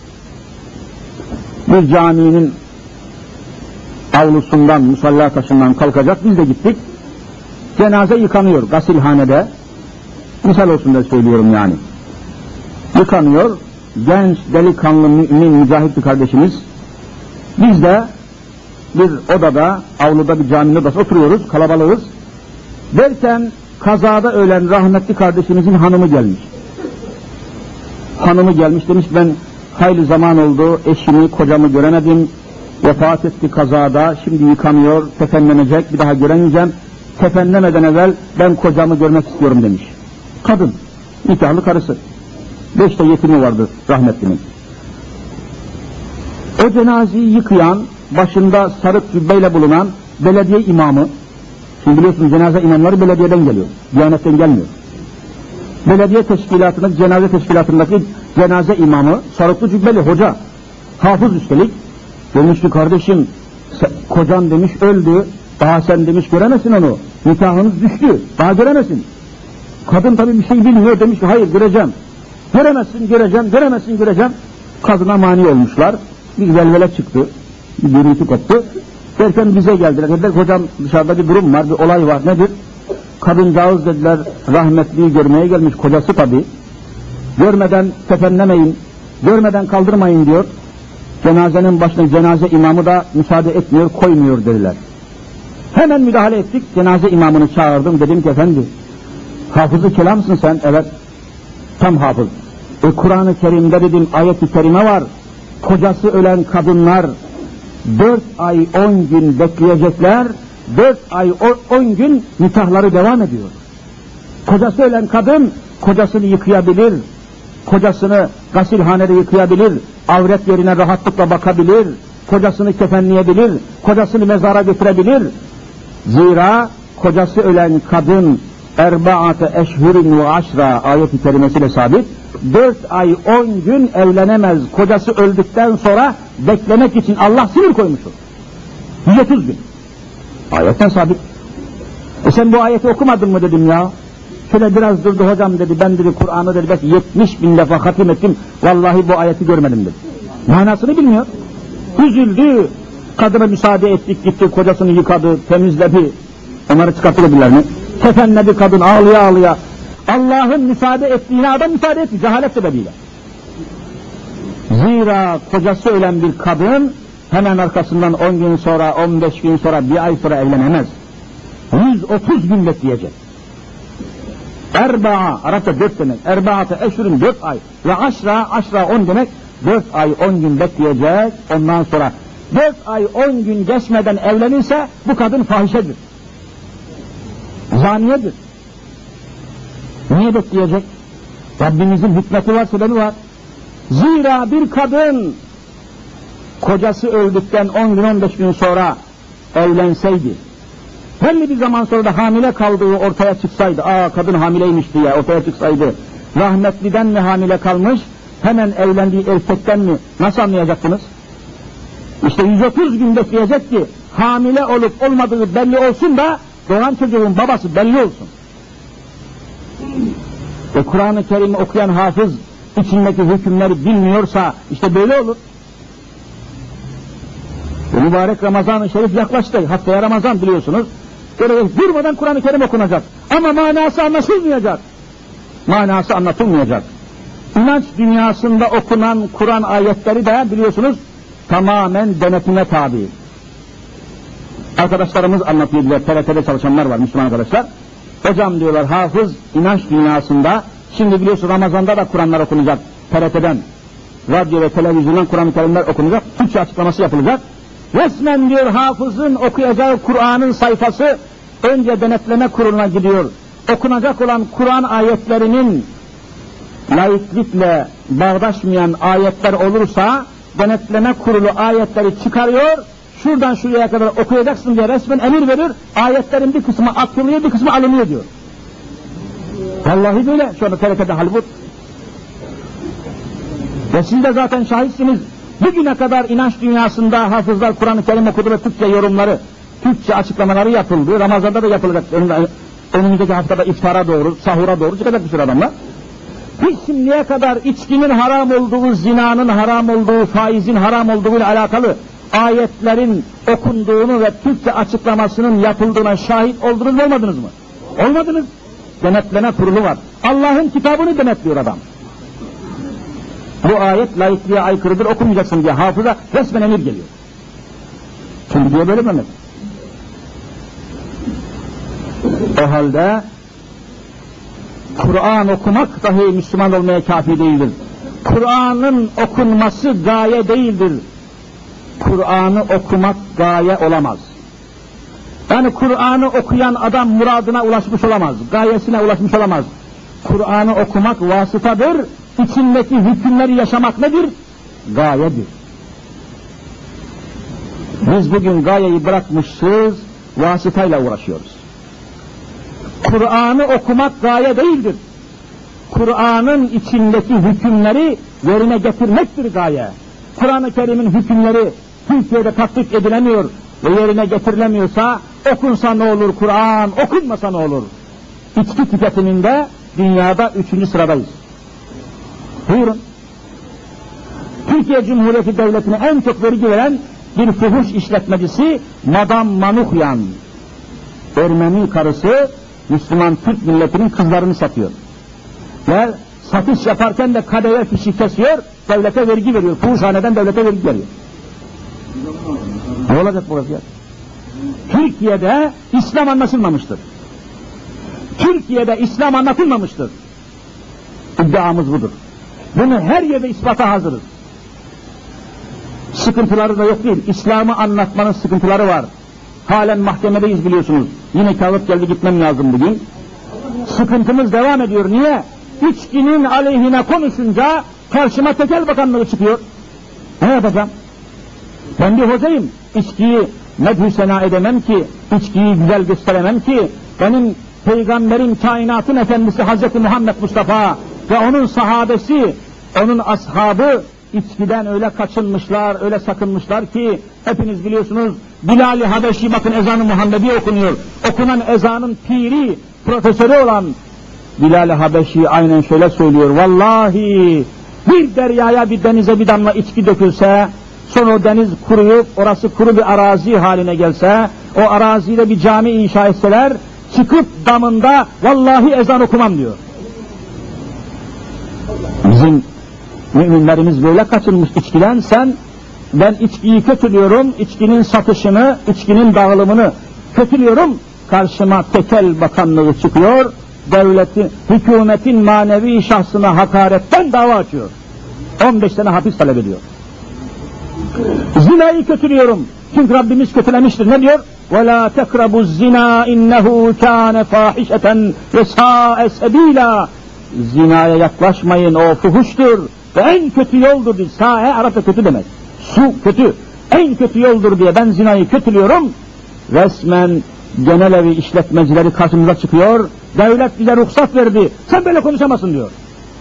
Bir caminin avlusundan, musalla taşından kalkacak, biz de gittik. Cenaze yıkanıyor gasilhanede. Misal olsun da söylüyorum yani. Yıkanıyor, genç, delikanlı, mümin, mücahit bir kardeşimiz. Biz de bir odada, avluda bir caminin odası oturuyoruz, kalabalığız. Derken kazada ölen rahmetli kardeşimizin hanımı gelmiş. Hanımı gelmiş, demiş ben hayli zaman oldu, eşimi, kocamı göremedim. Vefat etti kazada, şimdi yıkanıyor, kefenlenecek, bir daha göremeyeceğim. Kefenlemeden evvel ben kocamı görmek istiyorum demiş. Kadın, nikahlı karısı. 5 de yetimi vardı rahmetlinin. O cenazeyi yıkayan, başında sarık cübbeyle bulunan belediye imamı, şimdi biliyorsunuz cenaze imamları belediyeden geliyor, Diyanet'ten gelmiyor. Belediye teşkilatındaki, cenaze teşkilatındaki cenaze imamı, sarıklı cübbeli hoca, hafız üstelik, demişti kardeşim, kocan demiş öldü, daha sen demiş göremezsin onu, nikahınız düştü, daha göremezsin. Kadın tabii bir şey bilmiyor, demiş ki hayır göreceğim. Göremezsin, göreceğim, göremezsin, göreceğim. Kadına mani olmuşlar, bir velvele çıktı, bir gürültü koptu. Derken bize geldiler, dediler hocam dışarıda bir durum var, bir olay var, nedir? Kadıncağız dediler, rahmetliyi görmeye gelmiş, kocası tabii. Görmeden kefenlemeyin, görmeden kaldırmayın diyor. Cenazenin başına cenaze imamı da müsaade etmiyor, koymuyor dediler. Hemen müdahale ettik, cenaze imamını çağırdım, dedim ki efendi, hafız-ı kelamsın sen, evet, tam hafız. Kur'an-ı Kerim'de dedim ayet-i kerime var, kocası ölen kadınlar 4 ay 10 gün bekleyecekler, 4 ay 10 gün nikahları devam ediyor. Kocası ölen kadın kocasını yıkayabilir, kocasını gasilhanede yıkayabilir, avret yerine rahatlıkla bakabilir, kocasını kefenleyebilir, kocasını mezara götürebilir. Zira kocası ölen kadın erba'ate eşhurin ve aşra ayet-i kerimesiyle sabit, 4 ay 10 gün evlenemez, kocası öldükten sonra beklemek için Allah sınır koymuştur. 130 gün. Ayetten sabit. Sen bu ayeti okumadın mı dedim ya. Şöyle biraz durdu hocam dedi, ben dedi Kur'an'ı dedi belki 70 bin defa hatim ettim, vallahi bu ayeti görmedim dedi. Manasını bilmiyor. Üzüldü, kadına müsaade ettik, gitti, kocasını yıkadı, temizledi. Onları çıkarttılar mi? Kefenledi kadın ağlıya ağlıya. Allah'ın müsaade ettiğine adam müsaade etti, cehalet sebebiyle. Zira kocası ölen bir kadın hemen arkasından 10 gün sonra, 15 gün sonra, bir ay sonra evlenemez. 130 gün bekleyecek. Erba'a, Arapça 4 demek. Erba'ate eşhurun 4 ay. Ve aşra 10 demek. 4 ay 10 gün bekleyecek. Ondan sonra 4 ay 10 gün geçmeden evlenirse bu kadın fahişedir. Zaniyedir. Niye bekleyecek? Rabbimizin hikmeti var, sebebi var. Zira bir kadın kocası öldükten 10 gün 15 gün sonra evlenseydi, belli bir zaman sonra da hamile kaldığı ortaya çıksaydı, kadın hamileymiş diye ortaya çıksaydı, rahmetliden mi hamile kalmış, hemen evlendiği erkekten mi, nasıl anlayacaksınız? İşte 130 gün bekleyecek ki hamile olup olmadığı belli olsun da doğan çocuğun babası belli olsun. Kur'an-ı Kerim'i okuyan hafız içindeki hükümleri bilmiyorsa işte böyle olur. Mübarek Ramazan-ı Şerif yaklaştı. Haftaya Ramazan biliyorsunuz. Böyle durmadan Kur'an-ı Kerim okunacak. Ama manası anlaşılmayacak. Manası anlatılmayacak. İnanç dünyasında okunan Kur'an ayetleri de biliyorsunuz tamamen denetime tabi. Arkadaşlarımız anlatıyorlar, TRT'de çalışanlar var, Müslüman arkadaşlar. Hocam diyorlar, hafız inanç dünyasında, şimdi biliyorsun Ramazan'da da Kur'anlar okunacak, TRT'den, radyo ve televizyondan Kur'an-ı Kerimler okunacak, Türkçe açıklaması yapılacak. Resmen diyor hafızın okuyacağı Kur'an'ın sayfası önce denetleme kuruluna gidiyor. Okunacak olan Kur'an ayetlerinin laiklikle bağdaşmayan ayetler olursa denetleme kurulu ayetleri çıkarıyor, şuradan şuraya kadar okuyacaksın diye resmen emir verir, ayetlerin bir kısmı atılıyor, bir kısmı alınıyor diyor. Vallahi böyle, şu anda TRT'de hal bu. Ve siz de zaten şahitsiniz, bugüne kadar inanç dünyasında hafızlar Kur'an-ı Kerim okudu ve Türkçe yorumları, Türkçe açıklamaları yapıldı, Ramazan'da da yapılacak, önümüzdeki haftada iftara doğru, sahura doğru çıkacak bir sürü adamlar. Biz şimdiye kadar içkinin haram olduğu, zinanın haram olduğu, faizin haram olduğu ile alakalı ayetlerin okunduğunu ve Türkçe açıklamasının yapıldığına şahit oldunuz mu, olmadınız mı? Olmadınız. Denetleme kurulu var. Allah'ın kitabını denetliyor adam. Bu ayet laikliğe aykırıdır, okumayacaksın diye hafıza resmen emir geliyor. Çünkü diyor böyle Mehmet. O halde Kur'an okumak dahi Müslüman olmaya kafi değildir. Kur'an'ın okunması gaye değildir. Kur'an'ı okumak gaye olamaz. Yani Kur'an'ı okuyan adam muradına ulaşmış olamaz, gayesine ulaşmış olamaz. Kur'an'ı okumak vasıtadır, içindeki hükümleri yaşamak nedir? Gayedir. Biz bugün gayeyi bırakmışız, vasıtayla uğraşıyoruz. Kur'an'ı okumak gaye değildir. Kur'an'ın içindeki hükümleri yerine getirmektir gaye. Kur'an-ı Kerim'in hükümleri Türkiye'de tatbik edilemiyor ve yerine getirilemiyorsa, okunsa ne olur Kur'an, okunmasa ne olur? İçki tüketiminde dünyada 3. sıradayız. Buyurun. Türkiye Cumhuriyeti Devleti'ne en çok vergi veren bir fuhuş işletmecisi Madame Manukyan. Ermeni karısı Müslüman Türk milletinin kızlarını satıyor. Ve satış yaparken de kadeve fişi kesiyor, devlete vergi veriyor. Fuhuşhaneden devlete vergi veriyor. Ne olacak burası ya? Türkiye'de İslam anlaşılmamıştır. Türkiye'de İslam anlatılmamıştır. İddiamız budur. Bunu her yerde ispata hazırız. Sıkıntıları da yok değil. İslam'ı anlatmanın sıkıntıları var. Halen mahkemedeyiz biliyorsunuz. Yine kağıt geldi, gitmem lazım bugün. Sıkıntımız devam ediyor. Niye? İçkinin aleyhine konuşunca karşıma tekel bakanlığı çıkıyor. Ne yapacağım? Ben bir hocayım. İçkiyi medhü sena edemem ki, içkiyi güzel gösteremem ki, benim peygamberin, kainatın efendisi Hazreti Muhammed Mustafa ve onun sahabesi, onun ashabı içkiden öyle kaçınmışlar, öyle sakınmışlar ki, hepiniz biliyorsunuz, Bilal-i Habeşi, bakın ezan-ı Muhammedi okunuyor. Okunan ezanın piri, profesörü olan Bilal-i Habeşi aynen şöyle söylüyor. Vallahi bir deryaya, bir denize bir damla içki dökülse, sonra o deniz kuruyup, orası kuru bir arazi haline gelse, o arazide bir cami inşa etseler, çıkıp damında vallahi ezan okumam diyor. Bizim müminlerimiz böyle kaçınmış içkiden. Ben içkiyi kötülüyorum, içkinin satışını, içkinin dağılımını kötülüyorum, karşıma tekel bakanlığı çıkıyor, devletin, hükümetin manevi şahsına hakaretten dava açıyor. 15 sene hapis talep ediyor. Zinayı kötülüyorum, çünkü Rabbimiz kötülemiştir. Ne diyor? وَلَا تَقْرَبُوا الزِّنَا اِنَّهُ كَانَ فَاحِشَةً وَسَاءَ سَب۪يلًا. Zinaya yaklaşmayın, o fuhuştur ve en kötü yoldur diye. Sae Arapça kötü demek. Su kötü, en kötü yoldur diye ben zinayı kötülüyorum. Resmen genel evi işletmecileri karşımıza çıkıyor. Devlet bize ruhsat verdi, sen böyle konuşamazsın diyor.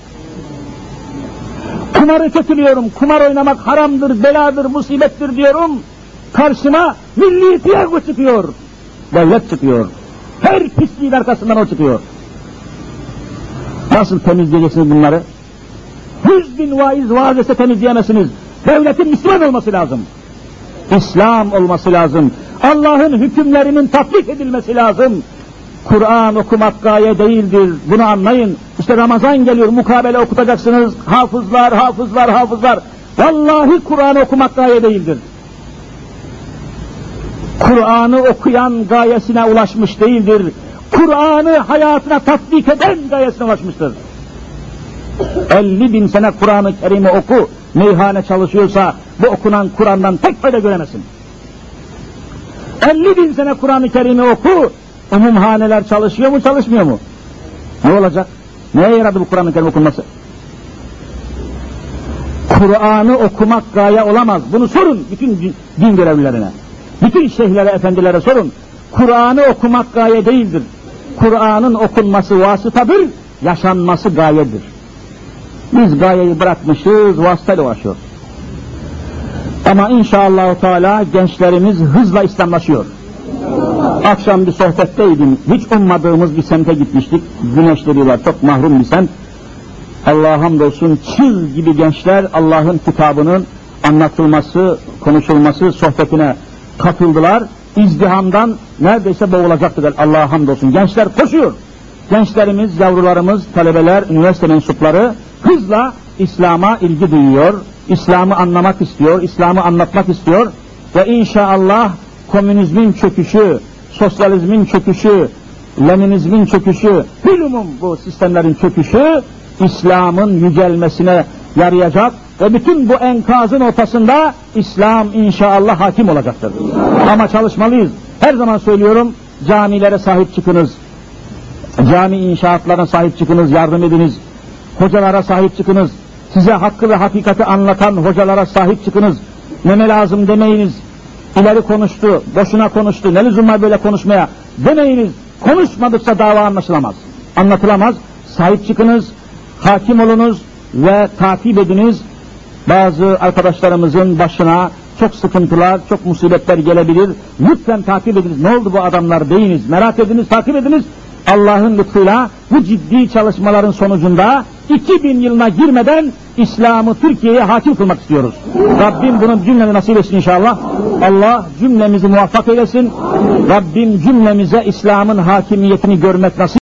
Kumarı kötülüyorum, kumar oynamak haramdır, beladır, musibettir diyorum. Karşıma milli piyango çıkıyor. Devlet çıkıyor. Her pisliğin arkasından o çıkıyor. Nasıl temizleyeceksiniz bunları? 100.000 vaiz vaaz etse temizleyemezsiniz. Devletin Müslüman olması lazım. İslam olması lazım. Allah'ın hükümlerinin tatbik edilmesi lazım. Kur'an okumak gaye değildir. Bunu anlayın. İşte Ramazan geliyor, mukabele okutacaksınız. Hafızlar, hafızlar, hafızlar. Vallahi Kur'an okumak gaye değildir. Kur'an'ı okuyan gayesine ulaşmış değildir. Kur'an'ı hayatına tatbik eden gayesine ulaşmıştır. 50.000 sene Kur'an-ı Kerim'i oku, meyhane çalışıyorsa bu okunan Kur'an'dan tek fayda göremezsin. 50.000 sene Kur'an-ı Kerim'i oku, umumhaneler çalışıyor mu, çalışmıyor mu? Ne olacak? Neye yaradı bu Kur'an-ı Kerim okunması? Kur'an'ı okumak gaye olamaz. Bunu sorun bütün din görevlilerine. Bütün şeyhlere, efendilere sorun. Kur'an'ı okumak gaye değildir. Kur'an'ın okunması vasıtadır, yaşanması gayedir. Biz gayeyi bırakmışız, vasıtayla uğraşıyoruz. Ama inşallah Teala gençlerimiz hızla İslamlaşıyor. Akşam bir sohbetteydim, hiç ummadığımız bir semte gitmiştik. Güneşleri var, çok mahrum bir semt. Allah'a hamdolsun çıl gibi gençler Allah'ın kitabının anlatılması, konuşulması sohbetine katıldılar. İzdihamdan neredeyse boğulacaktılar. Allah'a hamdolsun. Gençler koşuyor. Gençlerimiz, yavrularımız, talebeler, üniversite mensupları hızla İslam'a ilgi duyuyor. İslam'ı anlamak istiyor, İslam'ı anlatmak istiyor. Ve inşallah komünizmin çöküşü, sosyalizmin çöküşü, Leninizmin çöküşü, bilumum bu sistemlerin çöküşü, İslam'ın yücelmesine yarayacak ve bütün bu enkazın ortasında İslam inşallah hakim olacaktır. Ama çalışmalıyız. Her zaman söylüyorum, camilere sahip çıkınız, cami inşaatlarına sahip çıkınız, yardım ediniz, hocalara sahip çıkınız, size hakkı ve hakikati anlatan hocalara sahip çıkınız, neme lazım demeyiniz, ileri konuştu, boşuna konuştu, ne lüzum var böyle konuşmaya demeyiniz, konuşmadıkça dava anlaşılamaz, anlatılamaz, sahip çıkınız, hakim olunuz ve takip ediniz. Bazı arkadaşlarımızın başına çok sıkıntılar, çok musibetler gelebilir. Lütfen takip ediniz. Ne oldu bu adamlar deyiniz. Merak ediniz, takip ediniz. Allah'ın lütfuyla bu ciddi çalışmaların sonucunda 2000 yılına girmeden İslam'ı Türkiye'ye hakim kılmak istiyoruz. Rabbim bunu cümlemize nasip etsin inşallah. Allah cümlemizi muvaffak eylesin. Rabbim cümlemize İslam'ın hakimiyetini görmek nasip